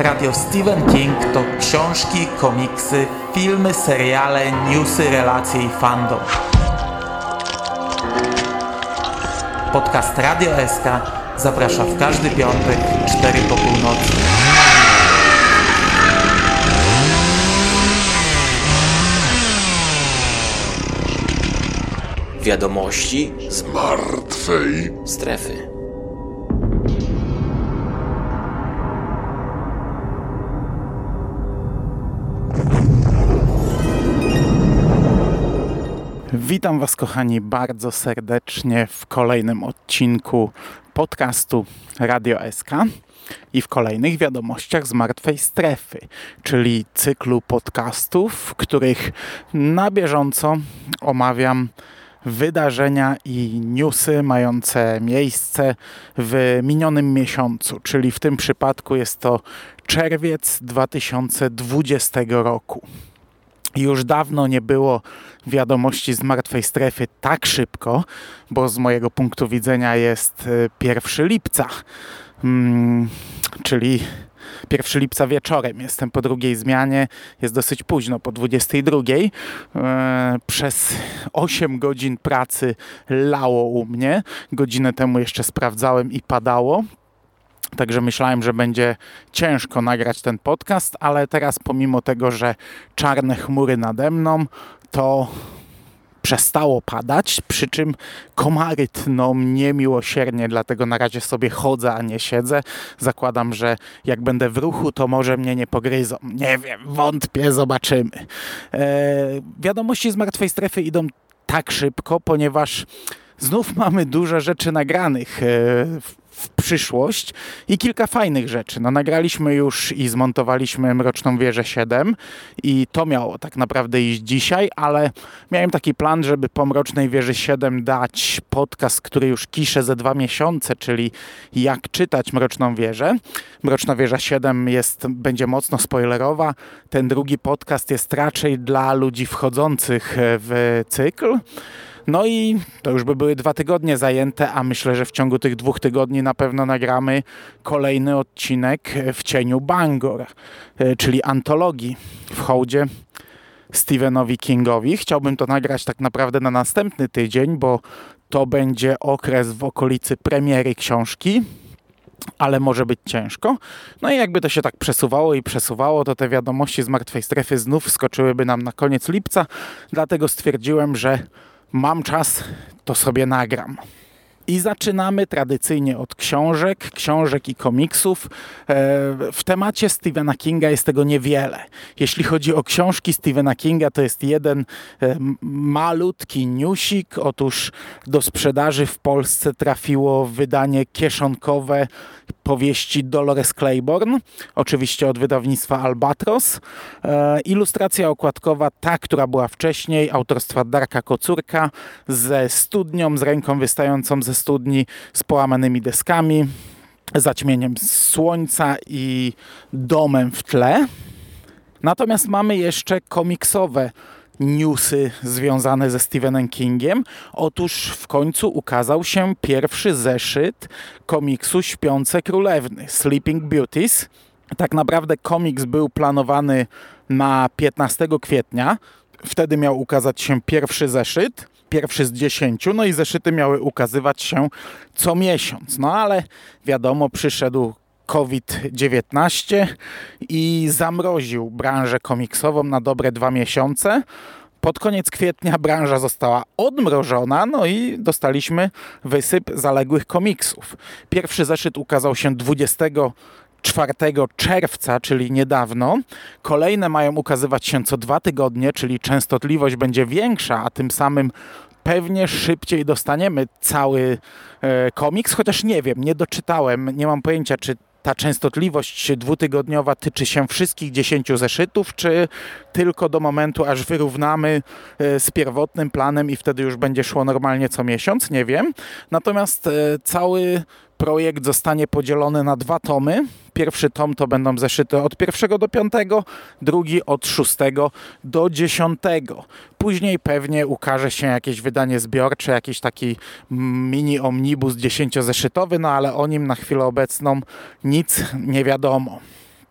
Radio Stephen King to książki, komiksy, filmy, seriale, newsy, relacje i fandom. Podcast Radio SK zaprasza w każdy piątek 4 po północy. Wiadomości z martwej strefy. Witam Was, kochani, bardzo serdecznie w kolejnym odcinku podcastu Radio SK i w kolejnych wiadomościach z martwej strefy, czyli cyklu podcastów, w których na bieżąco omawiam wydarzenia i newsy mające miejsce w minionym miesiącu, czyli w tym przypadku jest to czerwiec 2020 roku. Już dawno nie było wiadomości z martwej strefy tak szybko, bo z mojego punktu widzenia jest 1 lipca, czyli 1 lipca wieczorem. Jestem po drugiej zmianie, jest dosyć późno, po 22. Przez 8 godzin pracy lało u mnie. Godzinę temu jeszcze sprawdzałem i padało. Także myślałem, że będzie ciężko nagrać ten podcast, ale teraz pomimo tego, że czarne chmury nade mną, to przestało padać, przy czym komary tną niemiłosiernie, dlatego na razie sobie chodzę, a nie siedzę. Zakładam, że jak będę w ruchu, to może mnie nie pogryzą. Nie wiem, wątpię, zobaczymy. Wiadomości z martwej strefy idą tak szybko, ponieważ znów mamy dużo rzeczy nagranych w przyszłość i kilka fajnych rzeczy. Nagraliśmy już i zmontowaliśmy Mroczną Wieżę 7 i to miało tak naprawdę iść dzisiaj, ale miałem taki plan, żeby po Mrocznej Wieży 7 dać podcast, który już kiszę ze 2 miesiące, czyli jak czytać Mroczną Wieżę. Mroczna Wieża 7 będzie mocno spoilerowa. Ten drugi podcast jest raczej dla ludzi wchodzących w cykl. No i to już by były 2 tygodnie zajęte, a myślę, że w ciągu tych 2 tygodni na pewno nagramy kolejny odcinek W cieniu Bangor, czyli antologii w hołdzie Stephenowi Kingowi. Chciałbym to nagrać tak naprawdę na następny tydzień, bo to będzie okres w okolicy premiery książki, ale może być ciężko. No i jakby to się tak przesuwało, to te wiadomości z martwej strefy znów skoczyłyby nam na koniec lipca, dlatego stwierdziłem, że mam czas, to sobie nagram. I zaczynamy tradycyjnie od książek i komiksów. W temacie Stephena Kinga jest tego niewiele. Jeśli chodzi o książki Stephena Kinga, to jest jeden malutki newsik. Otóż do sprzedaży w Polsce trafiło wydanie kieszonkowe powieści Dolores Claiborne, oczywiście od wydawnictwa Albatros. Ilustracja okładkowa, ta, która była wcześniej, autorstwa Darka Kocurka, ze studnią, z ręką wystającą ze studni, z połamanymi deskami, zaćmieniem słońca i domem w tle. Natomiast mamy jeszcze komiksowe newsy związane ze Stephenem Kingiem. Otóż w końcu ukazał się pierwszy zeszyt komiksu Śpiące Królewny, Sleeping Beauties. Tak naprawdę komiks był planowany na 15 kwietnia. Wtedy miał ukazać się pierwszy zeszyt, pierwszy z 10, no i zeszyty miały ukazywać się co miesiąc. No ale wiadomo, przyszedł COVID-19 i zamroził branżę komiksową na dobre 2 miesiące. Pod koniec kwietnia branża została odmrożona, no i dostaliśmy wysyp zaległych komiksów. Pierwszy zeszyt ukazał się 24 czerwca, czyli niedawno. Kolejne mają ukazywać się co 2 tygodnie, czyli częstotliwość będzie większa, a tym samym pewnie szybciej dostaniemy cały komiks, chociaż nie wiem, nie doczytałem, nie mam pojęcia, czy ta częstotliwość 2-tygodniowa tyczy się wszystkich 10 zeszytów, czy tylko do momentu, aż wyrównamy z pierwotnym planem i wtedy już będzie szło normalnie co miesiąc, nie wiem. Natomiast cały projekt zostanie podzielony na 2 tomy. Pierwszy tom to będą zeszyty od 1 do 5, drugi od 6 do 10. Później pewnie ukaże się jakieś wydanie zbiorcze, jakiś taki mini omnibus 10-zeszytowy, no ale o nim na chwilę obecną nic nie wiadomo.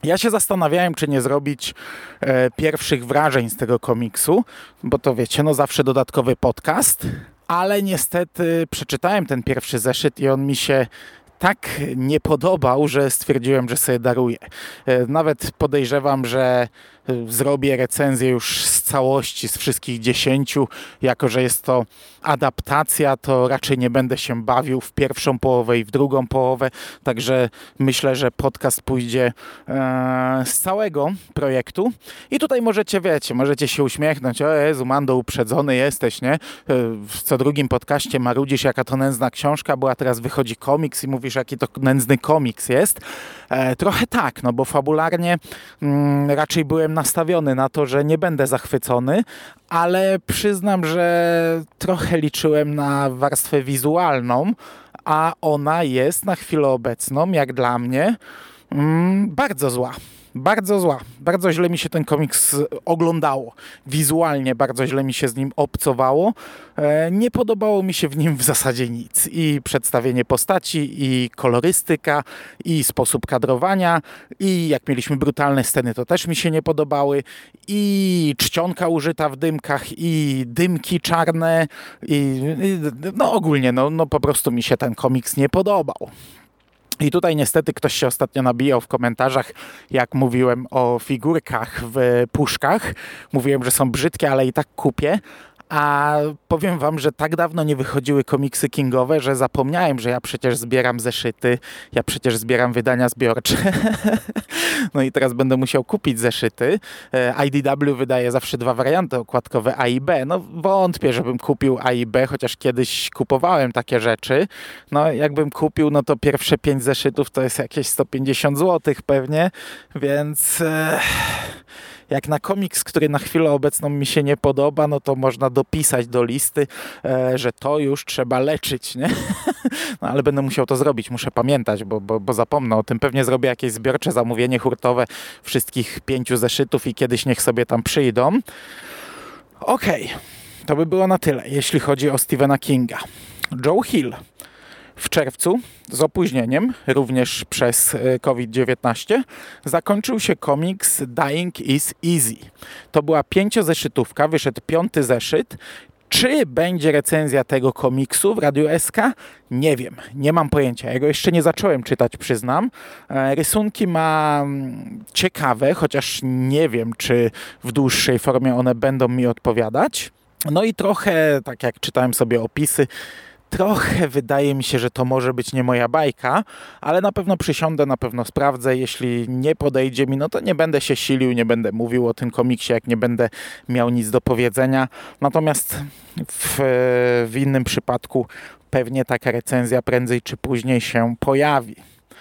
Ja się zastanawiałem, czy nie zrobić pierwszych wrażeń z tego komiksu, bo to wiecie, no zawsze dodatkowy podcast, ale niestety przeczytałem ten pierwszy zeszyt i on mi się tak nie podobał, że stwierdziłem, że sobie daruję. Nawet podejrzewam, że zrobię recenzję już z całości, z wszystkich 10. Jako że jest to adaptacja, to raczej nie będę się bawił w pierwszą połowę i w drugą połowę. Także myślę, że podcast pójdzie z całego projektu. I tutaj możecie się uśmiechnąć. O Jezu, Mando, uprzedzony jesteś, nie? W co drugim podcaście marudzisz, jaka to nędzna książka była, teraz wychodzi komiks i mówisz, jaki to nędzny komiks jest. Trochę tak, no bo fabularnie raczej byłem nastawiony na to, że nie będę zachwycony, ale przyznam, że trochę liczyłem na warstwę wizualną, a ona jest na chwilę obecną, jak dla mnie, bardzo zła. Bardzo zła. Bardzo źle mi się ten komiks oglądało. Wizualnie bardzo źle mi się z nim obcowało. Nie podobało mi się w nim w zasadzie nic. I przedstawienie postaci, i kolorystyka, i sposób kadrowania, i jak mieliśmy brutalne sceny, to też mi się nie podobały. I czcionka użyta w dymkach, i dymki czarne. No ogólnie, no po prostu mi się ten komiks nie podobał. I tutaj niestety ktoś się ostatnio nabijał w komentarzach, jak mówiłem o figurkach w puszkach. Mówiłem, że są brzydkie, ale i tak kupię. A powiem wam, że tak dawno nie wychodziły komiksy kingowe, że zapomniałem, że ja przecież zbieram zeszyty, ja przecież zbieram wydania zbiorcze. No i teraz będę musiał kupić zeszyty. IDW wydaje zawsze 2 warianty okładkowe, A i B. No wątpię, żebym kupił A i B, chociaż kiedyś kupowałem takie rzeczy. No jakbym kupił, no to pierwsze 5 zeszytów to jest jakieś 150 zł pewnie, więc... Jak na komiks, który na chwilę obecną mi się nie podoba, no to można dopisać do listy, że to już trzeba leczyć, nie? No ale będę musiał to zrobić, muszę pamiętać, bo zapomnę o tym. Pewnie zrobię jakieś zbiorcze zamówienie hurtowe wszystkich 5 zeszytów i kiedyś niech sobie tam przyjdą. Okej, to by było na tyle, jeśli chodzi o Stephena Kinga. Joe Hill. W czerwcu, z opóźnieniem, również przez COVID-19, zakończył się komiks Dying is Easy. To była 5-zeszytówka, wyszedł 5. zeszyt. Czy będzie recenzja tego komiksu w Radiu SK? Nie wiem, nie mam pojęcia. Ja go jeszcze nie zacząłem czytać, przyznam. Rysunki ma ciekawe, chociaż nie wiem, czy w dłuższej formie one będą mi odpowiadać. No i trochę, tak jak czytałem sobie opisy, trochę wydaje mi się, że to może być nie moja bajka, ale na pewno przysiądę, na pewno sprawdzę. Jeśli nie podejdzie mi, no to nie będę się silił, nie będę mówił o tym komiksie, jak nie będę miał nic do powiedzenia. Natomiast w innym przypadku pewnie taka recenzja prędzej czy później się pojawi.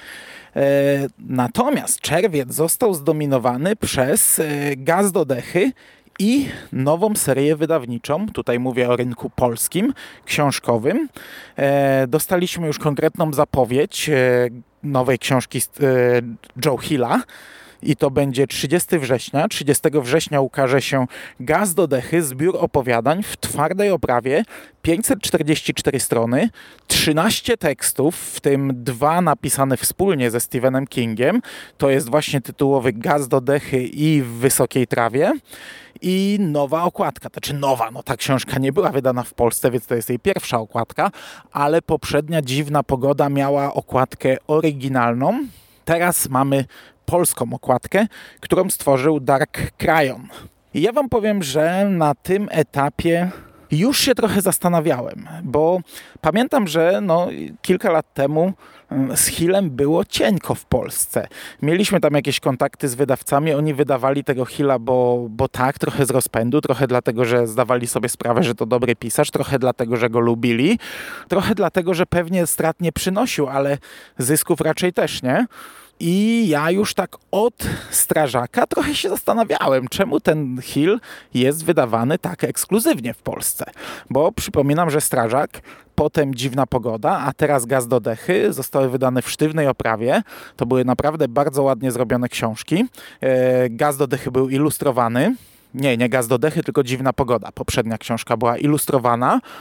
Natomiast czerwiec został zdominowany przez Gaz do Dechy i nową serię wydawniczą, tutaj mówię o rynku polskim, książkowym. Dostaliśmy już konkretną zapowiedź nowej książki Joe Hilla i to będzie 30 września. 30 września ukaże się Gaz do Dechy, zbiór opowiadań w twardej oprawie, 544 strony, 13 tekstów, w tym 2 napisane wspólnie ze Stephenem Kingiem. To jest właśnie tytułowy Gaz do Dechy i W wysokiej trawie. I nowa okładka, nowa, no ta książka nie była wydana w Polsce, więc to jest jej pierwsza okładka, ale poprzednia Dziwna Pogoda miała okładkę oryginalną. Teraz mamy polską okładkę, którą stworzył Dark Cryon. I ja wam powiem, że na tym etapie już się trochę zastanawiałem, bo pamiętam, że kilka lat temu z Hillem było cienko w Polsce. Mieliśmy tam jakieś kontakty z wydawcami, oni wydawali tego Hilla, bo tak, trochę z rozpędu, trochę dlatego, że zdawali sobie sprawę, że to dobry pisarz, trochę dlatego, że go lubili, trochę dlatego, że pewnie strat nie przynosił, ale zysków raczej też nie. I ja już tak od Strażaka trochę się zastanawiałem, czemu ten Hill jest wydawany tak ekskluzywnie w Polsce. Bo przypominam, że Strażak, potem Dziwna Pogoda, a teraz Gaz do Dechy zostały wydane w sztywnej oprawie. To były naprawdę bardzo ładnie zrobione książki. Gaz do Dechy był ilustrowany. Nie Gaz do Dechy, tylko Dziwna Pogoda. Poprzednia książka była ilustrowana.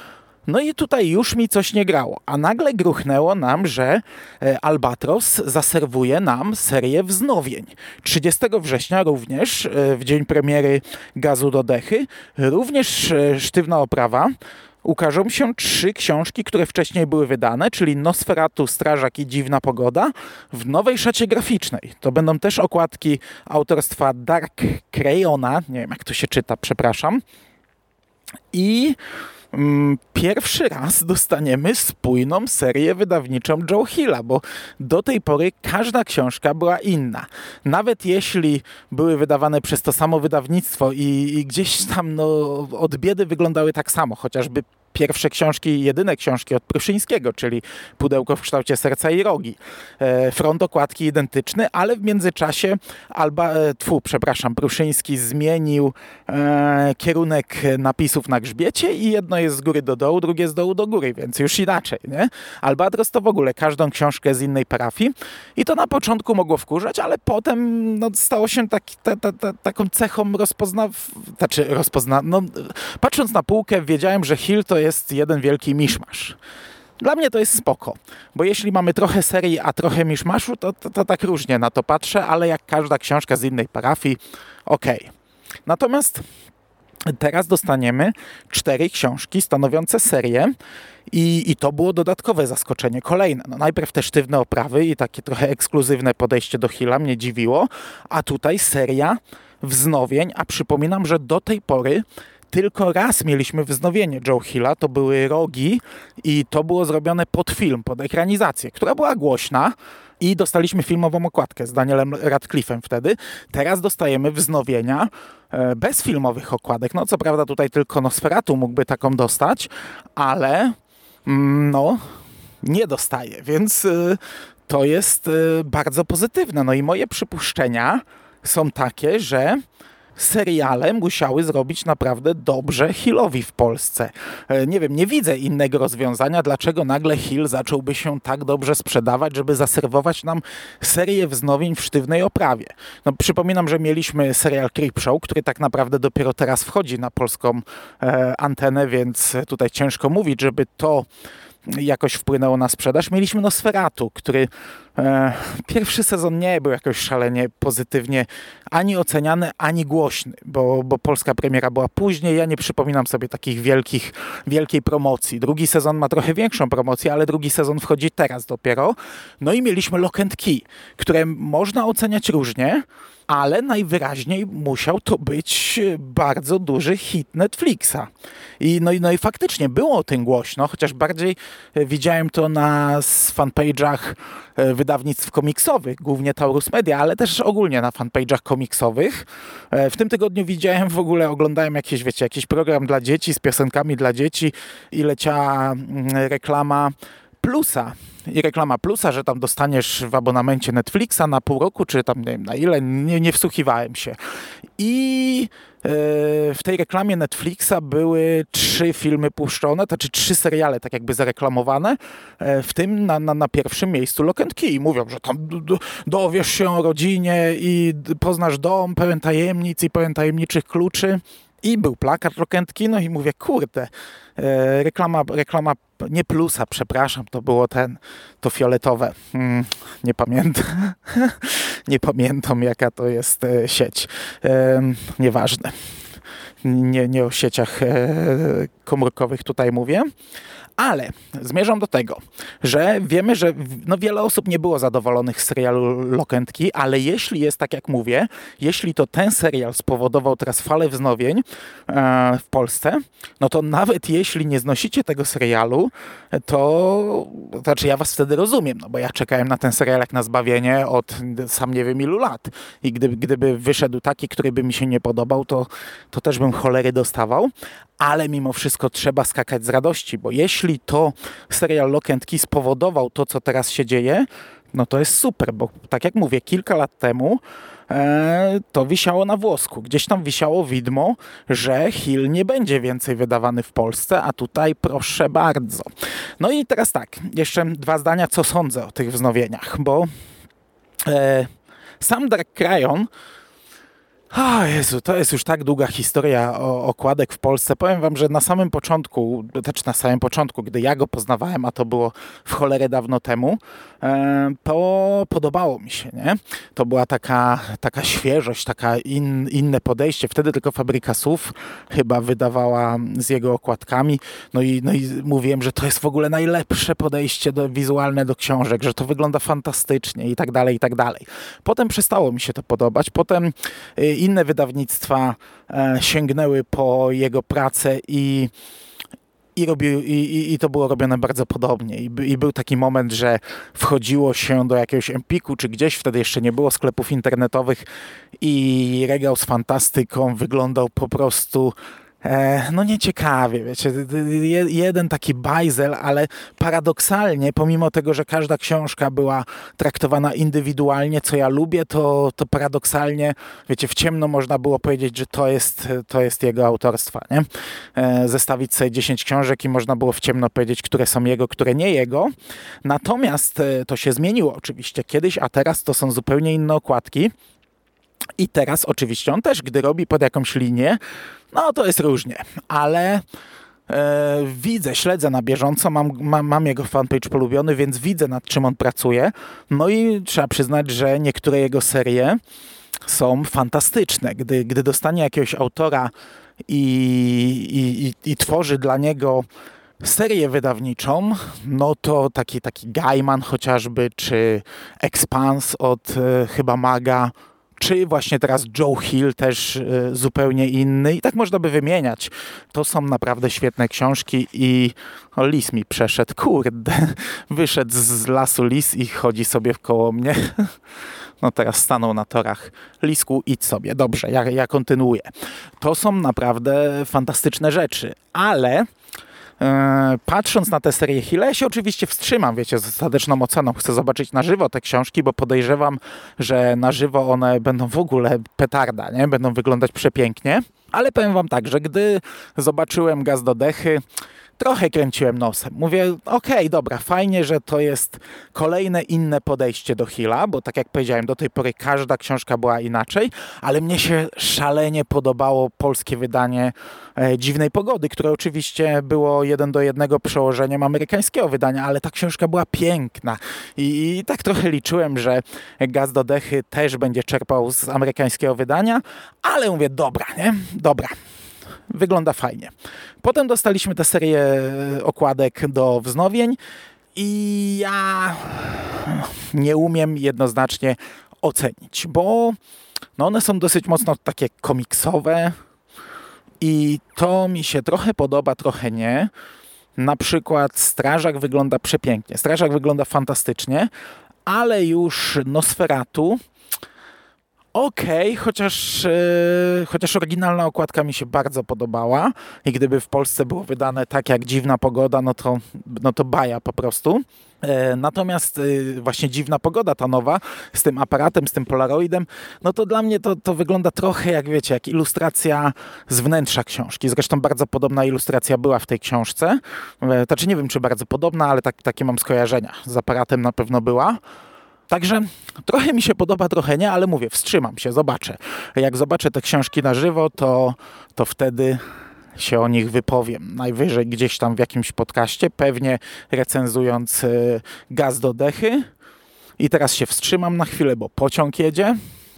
No i tutaj już mi coś nie grało, a nagle gruchnęło nam, że Albatros zaserwuje nam serię wznowień. 30 września również, w dzień premiery Gazu do Dechy, również sztywna oprawa. Ukażą się 3 książki, które wcześniej były wydane, czyli Nosferatu, Strażak i Dziwna Pogoda w nowej szacie graficznej. To będą też okładki autorstwa Dark Crayona, nie wiem jak to się czyta, przepraszam. I pierwszy raz dostaniemy spójną serię wydawniczą Joe Hilla, bo do tej pory każda książka była inna. Nawet jeśli były wydawane przez to samo wydawnictwo i gdzieś tam od biedy wyglądały tak samo, chociażby pierwsze książki, jedyne książki od Pruszyńskiego, czyli Pudełko w kształcie serca i rogi. Front okładki identyczny, ale w międzyczasie Pruszyński zmienił kierunek napisów na grzbiecie i jedno jest z góry do dołu, drugie z dołu do góry, więc już inaczej, nie? Albatros to w ogóle każdą książkę z innej parafii i to na początku mogło wkurzać, ale potem stało się taką cechą patrząc na półkę, wiedziałem, że Hill to jest jeden wielki miszmasz. Dla mnie to jest spoko, bo jeśli mamy trochę serii, a trochę miszmaszu, to tak różnie na to patrzę, ale jak każda książka z innej parafii, okej. Natomiast teraz dostaniemy 4 książki stanowiące serię i to było dodatkowe zaskoczenie, kolejne. Najpierw te sztywne oprawy i takie trochę ekskluzywne podejście do Hilla mnie dziwiło, a tutaj seria wznowień, a przypominam, że do tej pory tylko raz mieliśmy wznowienie Joe Hilla, to były Rogi i to było zrobione pod film, pod ekranizację, która była głośna i dostaliśmy filmową okładkę z Danielem Radcliffe'em wtedy. Teraz dostajemy wznowienia bez filmowych okładek. Co prawda tutaj tylko Nosferatu mógłby taką dostać, ale nie dostaje, więc to jest bardzo pozytywne. I moje przypuszczenia są takie, że seriale musiały zrobić naprawdę dobrze Hillowi w Polsce. Nie wiem, nie widzę innego rozwiązania, dlaczego nagle Hill zacząłby się tak dobrze sprzedawać, żeby zaserwować nam serię wznowień w sztywnej oprawie. Przypominam, że mieliśmy serial Creepshow, który tak naprawdę dopiero teraz wchodzi na polską antenę, więc tutaj ciężko mówić, żeby to jakoś wpłynęło na sprzedaż. Mieliśmy Nosferatu, który pierwszy sezon nie był jakoś szalenie pozytywnie ani oceniany, ani głośny, bo polska premiera była później. Ja nie przypominam sobie takich wielkiej promocji. Drugi sezon ma trochę większą promocję, ale drugi sezon wchodzi teraz dopiero. I mieliśmy Lock and Key, które można oceniać różnie, ale najwyraźniej musiał to być bardzo duży hit Netflixa. I faktycznie było o tym głośno, chociaż bardziej widziałem to na fanpage'ach wydawnictw komiksowych, głównie Taurus Media, ale też ogólnie na fanpage'ach komiksowych. W tym tygodniu widziałem, w ogóle oglądałem jakiś program dla dzieci z piosenkami dla dzieci i leciała reklama Plusa. I reklama Plusa, że tam dostaniesz w abonamencie Netflixa na pół roku, czy tam nie wiem na ile, nie wsłuchiwałem się. I w tej reklamie Netflixa były 3 filmy puszczone, to znaczy 3 seriale tak jakby zareklamowane, w tym na pierwszym miejscu Lock and Key. Mówią, że tam dowiesz się o rodzinie i poznasz dom pełen tajemnic i pełen tajemniczych kluczy. I był plakat Lock and Key, i mówię, kurde, reklama nie Plusa, przepraszam, to było to fioletowe. Nie pamiętam. Nie pamiętam, jaka to jest sieć. Nieważne. Nie o sieciach komórkowych tutaj mówię. Ale zmierzam do tego, że wiemy, że wiele osób nie było zadowolonych z serialu Lock and Key, ale jeśli jest tak jak mówię, jeśli to ten serial spowodował teraz falę wznowień w Polsce, to nawet jeśli nie znosicie tego serialu, to znaczy ja was wtedy rozumiem, bo ja czekałem na ten serial jak na zbawienie od sam nie wiem ilu lat i gdyby wyszedł taki, który by mi się nie podobał, to też bym cholery dostawał, ale mimo wszystko trzeba skakać z radości, bo jeśli to serial Lock and Key spowodował to, co teraz się dzieje, to jest super, bo tak jak mówię, kilka lat temu to wisiało na włosku. Gdzieś tam wisiało widmo, że Hill nie będzie więcej wydawany w Polsce, a tutaj proszę bardzo. I teraz tak, jeszcze 2 zdania, co sądzę o tych wznowieniach, bo sam Dark Crayon O Jezu, to jest już tak długa historia okładek w Polsce. Powiem wam, że na samym początku, gdy ja go poznawałem, a to było w cholerę dawno temu, to podobało mi się, nie? To była taka świeżość, inne podejście. Wtedy tylko Fabryka Słów chyba wydawała z jego okładkami. No i mówiłem, że to jest w ogóle najlepsze podejście wizualne do książek, że to wygląda fantastycznie i tak dalej, i tak dalej. Potem przestało mi się to podobać. Potem inne wydawnictwa sięgnęły po jego pracę i to było robione bardzo podobnie. I był taki moment, że wchodziło się do jakiegoś Empiku, czy gdzieś, wtedy jeszcze nie było sklepów internetowych i regał z fantastyką wyglądał po prostu no nieciekawie, wiecie, jeden taki bajzel, ale paradoksalnie, pomimo tego, że każda książka była traktowana indywidualnie, co ja lubię, to paradoksalnie, wiecie, w ciemno można było powiedzieć, że to jest jego autorstwa, nie? Zestawić sobie 10 książek i można było w ciemno powiedzieć, które są jego, które nie jego. Natomiast to się zmieniło oczywiście kiedyś, a teraz to są zupełnie inne okładki. I teraz oczywiście on też, gdy robi pod jakąś linię, no to jest różnie, ale widzę, śledzę na bieżąco, mam jego fanpage polubiony, więc widzę, nad czym on pracuje. No i trzeba przyznać, że niektóre jego serie są fantastyczne. Gdy dostanie jakiegoś autora i tworzy dla niego serię wydawniczą, no to taki Gaiman chociażby, czy Expanse od chyba Maga, czy właśnie teraz Joe Hill, też zupełnie inny. I tak można by wymieniać. To są naprawdę świetne książki i lis mi przeszedł. Kurde, wyszedł z lasu lis i chodzi sobie koło mnie. No teraz stanął na torach. Lisku, idź sobie. Dobrze, ja kontynuuję. To są naprawdę fantastyczne rzeczy, ale patrząc na tę serię Hilla, ja się oczywiście wstrzymam, wiecie, z ostateczną oceną. Chcę zobaczyć na żywo te książki, bo podejrzewam, że na żywo one będą w ogóle petarda, nie? Będą wyglądać przepięknie. Ale powiem wam tak, że gdy zobaczyłem Gaz do Dechy, trochę kręciłem nosem. Mówię, okej, dobra, fajnie, że to jest kolejne inne podejście do Hilla, bo tak jak powiedziałem, do tej pory każda książka była inaczej, ale mnie się szalenie podobało polskie wydanie Dziwnej Pogody, które oczywiście było 1:1 przełożeniem amerykańskiego wydania, ale ta książka była piękna i tak trochę liczyłem, że Gaz do Dechy też będzie czerpał z amerykańskiego wydania, ale mówię, dobra, nie? Dobra. Wygląda fajnie. Potem dostaliśmy tę serię okładek do wznowień i ja nie umiem jednoznacznie ocenić, bo no one są dosyć mocno takie komiksowe i to mi się trochę podoba, trochę nie. Na przykład Strażak wygląda przepięknie, Strażak wygląda fantastycznie, ale już Nosferatu chociaż oryginalna okładka mi się bardzo podobała i gdyby w Polsce było wydane tak jak Dziwna Pogoda, no to baja po prostu. Natomiast właśnie Dziwna Pogoda, ta nowa, z tym aparatem, z tym polaroidem, no to dla mnie to wygląda trochę jak, wiecie, jak ilustracja z wnętrza książki. Zresztą bardzo podobna ilustracja była w tej książce. Znaczy nie wiem, czy bardzo podobna, ale takie mam skojarzenia. Z aparatem na pewno była. Także trochę mi się podoba, trochę nie, ale mówię, wstrzymam się, zobaczę. Jak zobaczę te książki na żywo, to wtedy się o nich wypowiem. Najwyżej gdzieś tam w jakimś podcaście, pewnie recenzując Gaz do Dechy. I teraz się wstrzymam na chwilę, bo pociąg jedzie.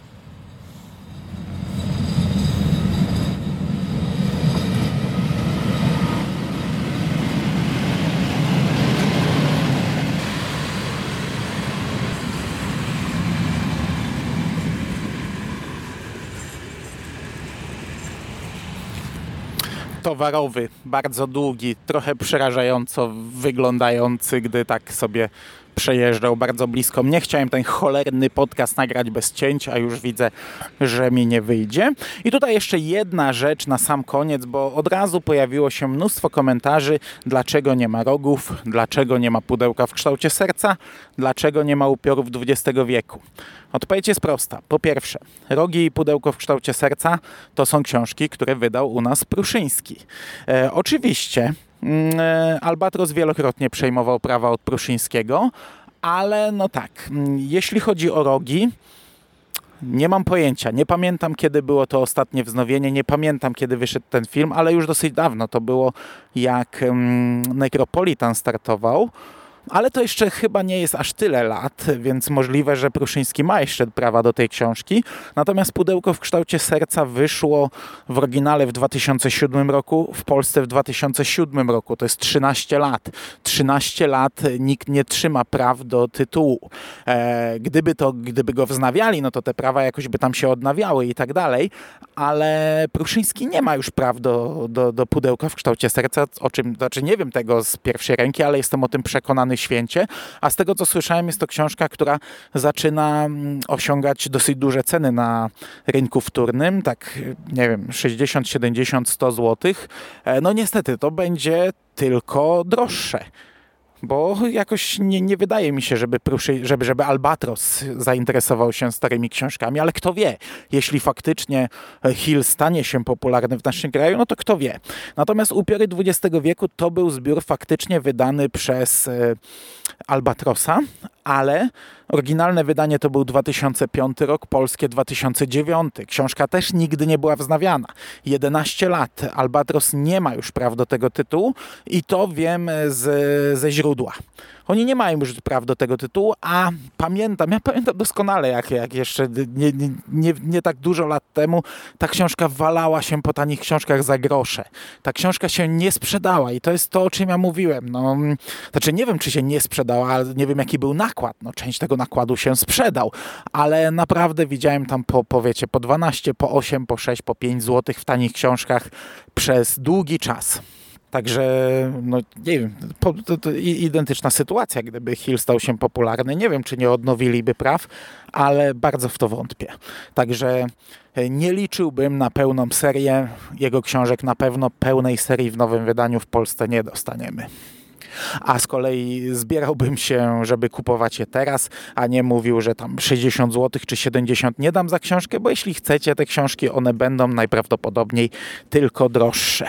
Towarowy, bardzo długi, trochę przerażająco wyglądający, gdy tak sobie przejeżdżał bardzo blisko mnie. Chciałem ten cholerny podcast nagrać bez cięć, a już widzę, że mi nie wyjdzie. I tutaj jeszcze jedna rzecz na sam koniec, bo od razu pojawiło się mnóstwo komentarzy, dlaczego nie ma rogów, dlaczego nie ma pudełka w kształcie serca, dlaczego nie ma upiorów XX wieku. Odpowiedź jest prosta. Po pierwsze, Rogi i pudełko w kształcie serca to są książki, które wydał u nas Pruszyński. Oczywiście Albatros wielokrotnie przejmował prawa od Pruszyńskiego, ale no tak, jeśli chodzi o Rogi, Nie mam pojęcia. Nie pamiętam, kiedy było to ostatnie wznowienie. Nie pamiętam, kiedy wyszedł ten film, ale już dosyć dawno. To było jak Necropolitan startował. Ale to jeszcze chyba nie jest aż tyle lat, więc możliwe, że Pruszyński ma jeszcze prawa do tej książki. Natomiast Pudełko w kształcie serca wyszło w oryginale w 2007 roku, w Polsce w 2007 roku. To jest 13 lat. 13 lat nikt nie trzyma praw do tytułu. Gdyby go wznawiali, no to te prawa jakoś by tam się odnawiały i tak dalej, ale Pruszyński nie ma już praw do Pudełka w kształcie serca, o czym, znaczy nie wiem tego z pierwszej ręki, ale jestem o tym przekonany święcie, a z tego co słyszałem jest to książka, która zaczyna osiągać dosyć duże ceny na rynku wtórnym, tak nie wiem, 60, 70, 100 zł. No niestety to będzie tylko droższe. Bo jakoś nie wydaje mi się, żeby Albatros zainteresował się starymi książkami, ale kto wie, jeśli faktycznie Hill stanie się popularny w naszym kraju, no to kto wie. Natomiast Upiory XX wieku to był zbiór faktycznie wydany przez Albatrosa, ale oryginalne wydanie to był 2005 rok, polskie 2009. Książka też nigdy nie była wznawiana. 11 lat. Albatros nie ma już praw do tego tytułu i to wiem ze źródła. Oni nie mają już praw do tego tytułu, a ja pamiętam doskonale, jak jeszcze nie tak dużo lat temu ta książka walała się po tanich książkach za grosze. Ta książka się nie sprzedała i to jest to, o czym ja mówiłem. No, znaczy nie wiem, czy się nie sprzedała, ale nie wiem, jaki był nakład. No, część tego nakładu się sprzedał, ale naprawdę widziałem tam po 12, po 8, po 6, po 5 zł w tanich książkach przez długi czas. Także, no nie wiem, to identyczna sytuacja, gdyby Hill stał się popularny. Nie wiem, czy nie odnowiliby praw, ale bardzo w to wątpię. Także nie liczyłbym na pełną serię jego książek. Na pewno pełnej serii w nowym wydaniu w Polsce nie dostaniemy. A z kolei zbierałbym się, żeby kupować je teraz, a nie mówił, że tam 60 zł czy 70 nie dam za książkę, bo jeśli chcecie te książki, one będą najprawdopodobniej tylko droższe.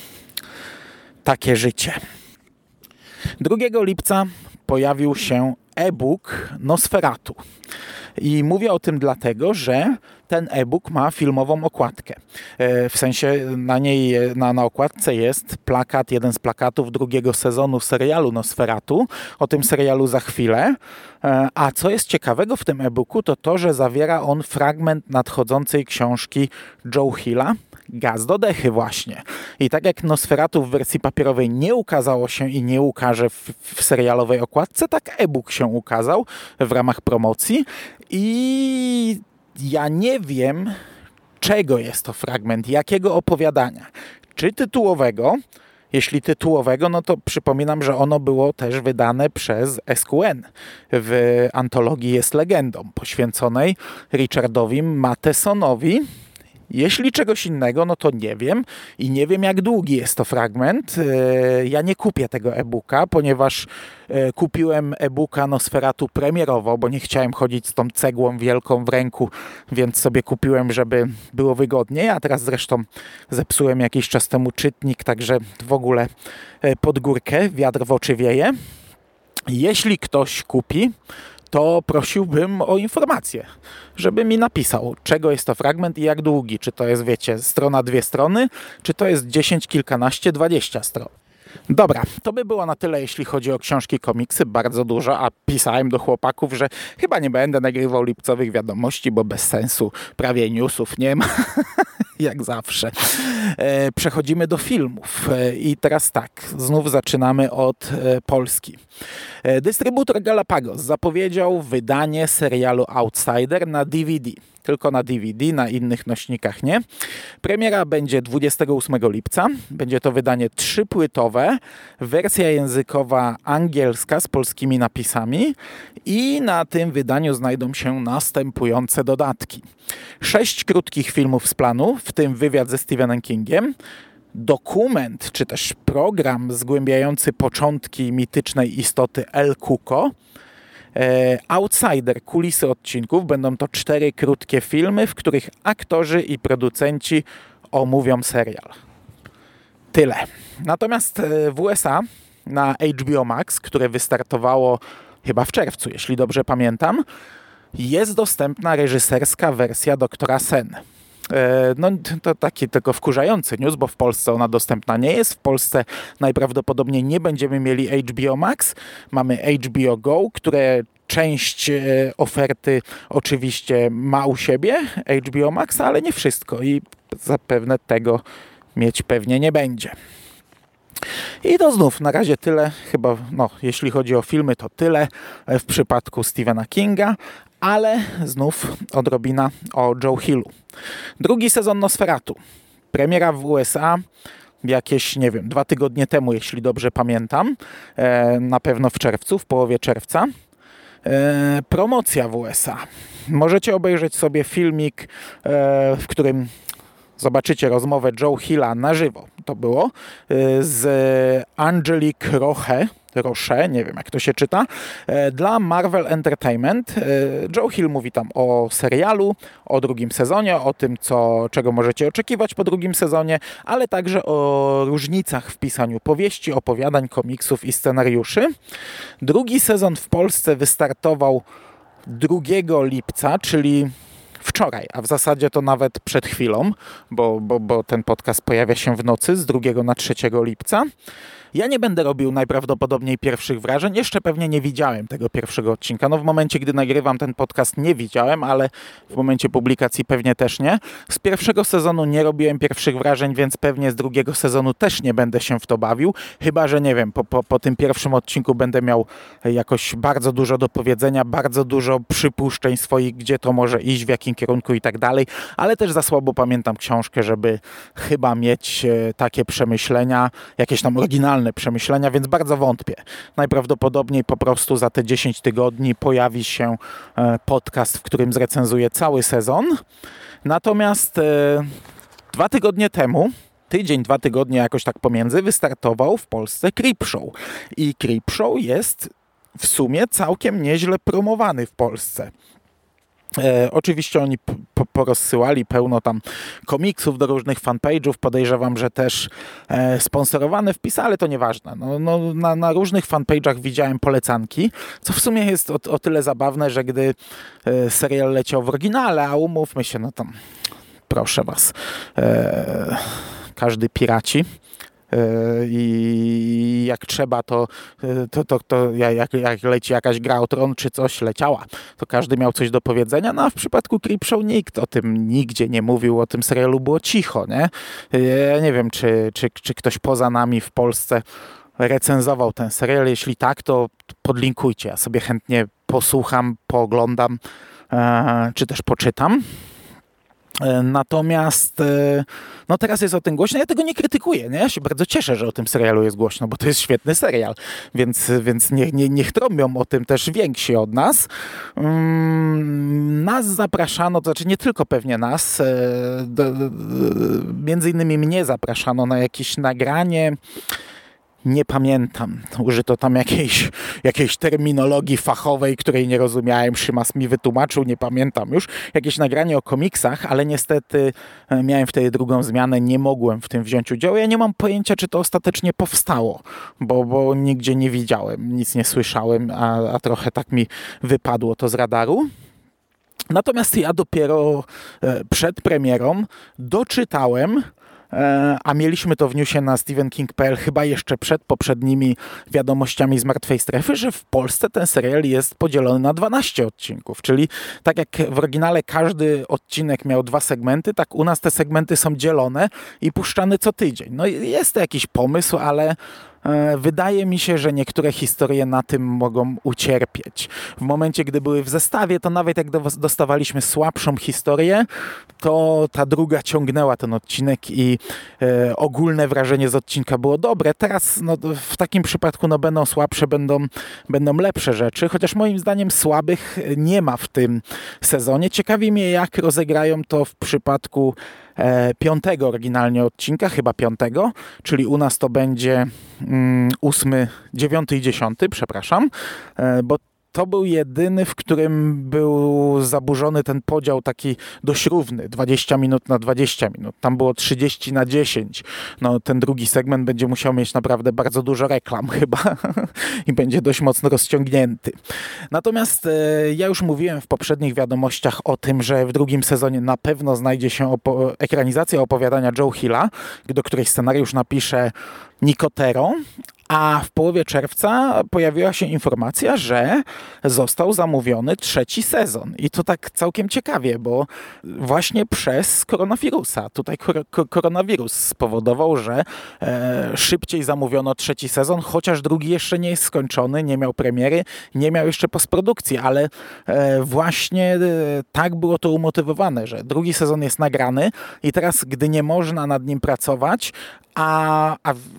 Takie życie. 2 lipca pojawił się e-book Nosferatu. I mówię o tym dlatego, że ten e-book ma filmową okładkę. W sensie na niej, na okładce jest plakat, jeden z plakatów drugiego sezonu serialu Nosferatu. O tym serialu za chwilę. A co jest ciekawego w tym e-booku, to to, że zawiera on fragment nadchodzącej książki Joe Hilla, Gaz do dechy właśnie. I tak jak Nosferatu w wersji papierowej nie ukazało się i nie ukaże w serialowej okładce, tak e-book się ukazał w ramach promocji i ja nie wiem, czego jest to fragment, jakiego opowiadania. Czy tytułowego? Jeśli tytułowego, no to przypominam, że ono było też wydane przez SQN w antologii Jest legendą, poświęconej Richardowi Mathesonowi. Jeśli czegoś innego, no to nie wiem i nie wiem, jak długi jest to fragment. Ja nie kupię tego e-booka, ponieważ kupiłem e-booka Nosferatu premierowo, bo nie chciałem chodzić z tą cegłą wielką w ręku, więc sobie kupiłem, żeby było wygodniej, a teraz zresztą zepsułem jakiś czas temu czytnik, także w ogóle pod górkę, wiatr w oczy wieje. Jeśli ktoś kupi, to prosiłbym o informację, żeby mi napisał, czego jest to fragment i jak długi. Czy to jest, wiecie, strona, 2 strony, czy to jest 10, kilkanaście, 20 stron. Dobra, to by było na tyle, jeśli chodzi o książki, komiksy, bardzo dużo, a pisałem do chłopaków, że chyba nie będę nagrywał lipcowych wiadomości, bo bez sensu, prawie newsów nie ma. Jak zawsze. Przechodzimy do filmów. I teraz tak, znów zaczynamy od Polski. Dystrybutor Galapagos zapowiedział wydanie serialu Outsider na DVD. Tylko na DVD, na innych nośnikach nie. Premiera będzie 28 lipca. Będzie to wydanie 3-płytowe, wersja językowa angielska z polskimi napisami i na tym wydaniu znajdą się następujące dodatki. 6 krótkich filmów z planu, w tym wywiad ze Stephenem Kingiem, dokument, czy też program zgłębiający początki mitycznej istoty El Cuco, Outsider, kulisy odcinków. Będą to 4 krótkie filmy, w których aktorzy i producenci omówią serial. Tyle. Natomiast w USA na HBO Max, które wystartowało chyba w czerwcu, jeśli dobrze pamiętam, jest dostępna reżyserska wersja Doktora Sen. No to taki tylko wkurzający news, bo w Polsce ona dostępna nie jest. W Polsce najprawdopodobniej nie będziemy mieli HBO Max. Mamy HBO Go, które część oferty oczywiście ma u siebie, HBO Max, ale nie wszystko i zapewne tego mieć pewnie nie będzie. I to znów na razie tyle, chyba jeśli chodzi o filmy to tyle w przypadku Stephena Kinga, ale znów odrobina o Joe Hillu. Drugi sezon Nosferatu. Premiera w USA jakieś, 2 tygodnie temu, jeśli dobrze pamiętam. Na pewno w czerwcu, w połowie czerwca. Promocja w USA. Możecie obejrzeć sobie filmik, w którym zobaczycie rozmowę Joe Hilla na żywo. To było z Angelique Roche, nie wiem jak to się czyta, dla Marvel Entertainment. Joe Hill mówi tam o serialu, o drugim sezonie, o tym, czego możecie oczekiwać po drugim sezonie, ale także o różnicach w pisaniu powieści, opowiadań, komiksów i scenariuszy. Drugi sezon w Polsce wystartował 2 lipca, czyli wczoraj, a w zasadzie to nawet przed chwilą, bo ten podcast pojawia się w nocy z 2 na 3 lipca. Ja nie będę robił najprawdopodobniej pierwszych wrażeń. Jeszcze pewnie nie widziałem tego pierwszego odcinka. W momencie, gdy nagrywam ten podcast nie widziałem, ale w momencie publikacji pewnie też nie. Z pierwszego sezonu nie robiłem pierwszych wrażeń, więc pewnie z drugiego sezonu też nie będę się w to bawił. Chyba że nie wiem, po tym pierwszym odcinku będę miał jakoś bardzo dużo do powiedzenia, bardzo dużo przypuszczeń swoich, gdzie to może iść, w jakim kierunku i tak dalej. Ale też za słabo pamiętam książkę, żeby chyba mieć takie przemyślenia, jakieś tam oryginalne przemyślenia, więc bardzo wątpię. Najprawdopodobniej po prostu za te 10 tygodni pojawi się podcast, w którym zrecenzuję cały sezon. Natomiast 2 tygodnie temu, tydzień, 2 tygodnie jakoś tak pomiędzy, wystartował w Polsce Creepshow. I Creepshow jest w sumie całkiem nieźle promowany w Polsce. Oczywiście oni porozsyłali pełno tam komiksów do różnych fanpage'ów, podejrzewam, że też sponsorowane wpisy, ale to nieważne. Na różnych fanpage'ach widziałem polecanki, co w sumie jest o tyle zabawne, że gdy serial leciał w oryginale, a umówmy się, tam proszę was, każdy piraci. I jak trzeba, to jak leci jakaś gra o Tron czy coś leciała, to każdy miał coś do powiedzenia, a w przypadku Creepshow nikt o tym nigdzie nie mówił, o tym serialu było cicho, nie? Ja nie wiem, czy ktoś poza nami w Polsce recenzował ten serial, jeśli tak, to podlinkujcie, ja sobie chętnie posłucham, pooglądam, czy też poczytam. Natomiast teraz jest o tym głośno. Ja tego nie krytykuję. Nie? Ja się bardzo cieszę, że o tym serialu jest głośno, bo to jest świetny serial. Więc niech trąbią o tym też więksi od nas. Nas zapraszano, to znaczy nie tylko pewnie nas, między innymi mnie zapraszano na jakieś nagranie. Nie pamiętam. Użyto tam jakiejś terminologii fachowej, której nie rozumiałem. Szymas mi wytłumaczył, nie pamiętam już. Jakieś nagranie o komiksach, ale niestety miałem wtedy drugą zmianę, nie mogłem w tym wziąć udziału. Ja nie mam pojęcia, czy to ostatecznie powstało, bo nigdzie nie widziałem, nic nie słyszałem, a trochę tak mi wypadło to z radaru. Natomiast ja dopiero przed premierą doczytałem, a mieliśmy to w newsie na stephenking.pl chyba jeszcze przed poprzednimi wiadomościami z Martwej Strefy, że w Polsce ten serial jest podzielony na 12 odcinków, czyli tak jak w oryginale każdy odcinek miał 2 segmenty, tak u nas te segmenty są dzielone i puszczane co tydzień. Jest to jakiś pomysł, ale wydaje mi się, że niektóre historie na tym mogą ucierpieć. W momencie, gdy były w zestawie, to nawet jak dostawaliśmy słabszą historię, to ta druga ciągnęła ten odcinek i ogólne wrażenie z odcinka było dobre. Teraz w takim przypadku będą słabsze, będą lepsze rzeczy, chociaż moim zdaniem słabych nie ma w tym sezonie. Ciekawi mnie, jak rozegrają to w przypadku 5. oryginalnie odcinka, chyba 5, czyli u nas to będzie 8, 9 i 10, przepraszam, bo to był jedyny, w którym był zaburzony ten podział taki dość równy, 20 minut na 20 minut. Tam było 30 na 10. No, ten drugi segment będzie musiał mieć naprawdę bardzo dużo reklam chyba i będzie dość mocno rozciągnięty. Natomiast ja już mówiłem w poprzednich wiadomościach o tym, że w drugim sezonie na pewno znajdzie się ekranizacja opowiadania Joe Hilla, do której scenariusz napisze Nicotero, a w połowie czerwca pojawiła się informacja, że został zamówiony 3. sezon. I to tak całkiem ciekawie, bo właśnie przez koronawirusa. Tutaj koronawirus spowodował, że szybciej zamówiono 3. sezon, chociaż drugi jeszcze nie jest skończony, nie miał premiery, nie miał jeszcze postprodukcji, ale właśnie tak było to umotywowane, że drugi sezon jest nagrany i teraz, gdy nie można nad nim pracować, a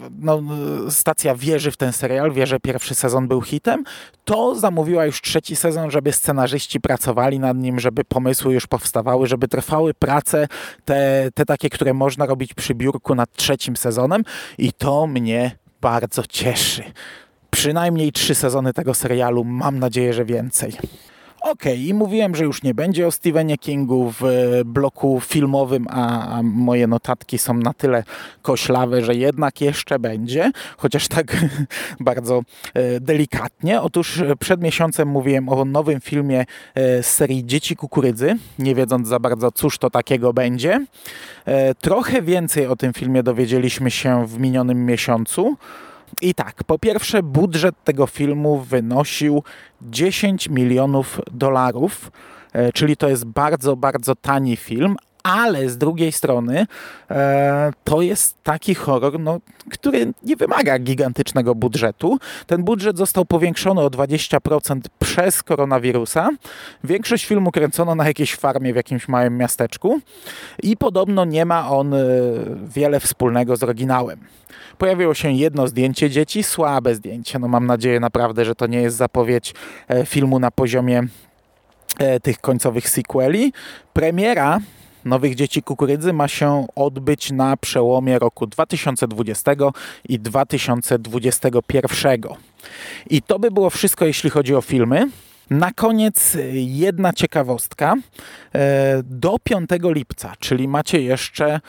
stacja wierzy w ten serial, wie, że pierwszy sezon był hitem, to zamówiła już 3. sezon, żeby scenarzyści pracowali nad nim, żeby pomysły już powstawały, żeby trwały prace te takie, które można robić przy biurku nad 3. sezonem i to mnie bardzo cieszy. Przynajmniej 3 sezony tego serialu, mam nadzieję, że więcej. Okej, i mówiłem, że już nie będzie o Stephenie Kingu w bloku filmowym, a moje notatki są na tyle koślawe, że jednak jeszcze będzie, chociaż tak bardzo delikatnie. Otóż przed miesiącem mówiłem o nowym filmie z serii Dzieci Kukurydzy, nie wiedząc za bardzo, cóż to takiego będzie. Trochę więcej o tym filmie dowiedzieliśmy się w minionym miesiącu. I tak, po pierwsze budżet tego filmu wynosił $10 milionów, czyli to jest bardzo, bardzo tani film, ale z drugiej strony to jest taki horror, który nie wymaga gigantycznego budżetu. Ten budżet został powiększony o 20% przez koronawirusa. Większość filmu kręcono na jakiejś farmie w jakimś małym miasteczku i podobno nie ma on wiele wspólnego z oryginałem. Pojawiło się jedno zdjęcie dzieci, słabe zdjęcie. Mam nadzieję naprawdę, że to nie jest zapowiedź filmu na poziomie tych końcowych sequeli. Premiera Nowych Dzieci Kukurydzy ma się odbyć na przełomie roku 2020 i 2021. I to by było wszystko, jeśli chodzi o filmy. Na koniec jedna ciekawostka. Do 5 lipca, czyli macie jeszcze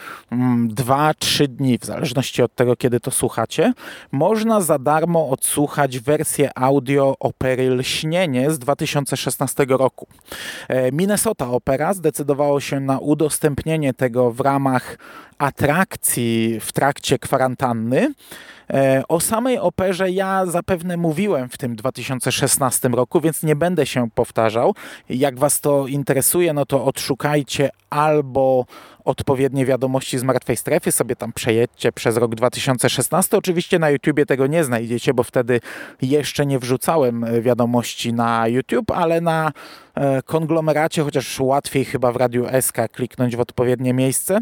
2-3 dni, w zależności od tego, kiedy to słuchacie, można za darmo odsłuchać wersję audio opery Lśnienie z 2016 roku. Minnesota Opera zdecydowało się na udostępnienie tego w ramach atrakcji w trakcie kwarantanny. O samej operze ja zapewne mówiłem w tym 2016 roku, więc nie będę się powtarzał. Jak was to interesuje, to odszukajcie albo odpowiednie wiadomości z Martwej Strefy, sobie tam przejedźcie przez rok 2016. Oczywiście na YouTubie tego nie znajdziecie, bo wtedy jeszcze nie wrzucałem wiadomości na YouTube, ale na konglomeracie, chociaż łatwiej chyba w Radiu SK kliknąć w odpowiednie miejsce,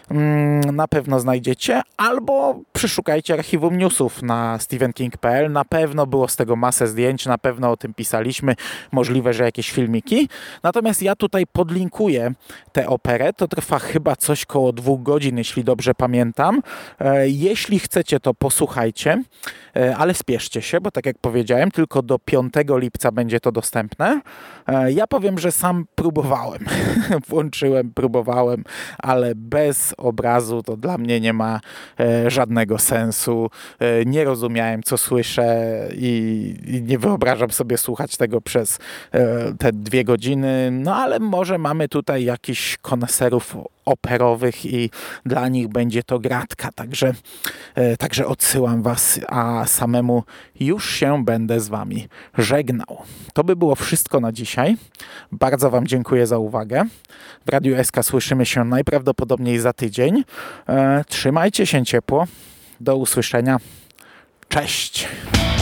na pewno znajdziecie, albo przeszukajcie archiwum newsów na stephenking.pl. Na pewno było z tego masę zdjęć, na pewno o tym pisaliśmy, możliwe, że jakieś filmiki. Natomiast ja tutaj podlinkuję tę operę, to trwa chyba coś koło 2 godzin, jeśli dobrze pamiętam. Jeśli chcecie, to posłuchajcie, ale spieszcie się, bo tak jak powiedziałem, tylko do 5 lipca będzie to dostępne. Ja powiem, że sam próbowałem. Próbowałem, ale bez obrazu to dla mnie nie ma żadnego sensu. Nie rozumiałem, co słyszę i nie wyobrażam sobie słuchać tego przez te 2 godziny. Ale może mamy tutaj jakichś koneserów operowych i dla nich będzie to gratka. Także odsyłam was, a samemu już się będę z wami żegnał. To by było wszystko na dzisiaj. Bardzo wam dziękuję za uwagę. W Radiu SK słyszymy się najprawdopodobniej za tydzień. Trzymajcie się ciepło. Do usłyszenia. Cześć!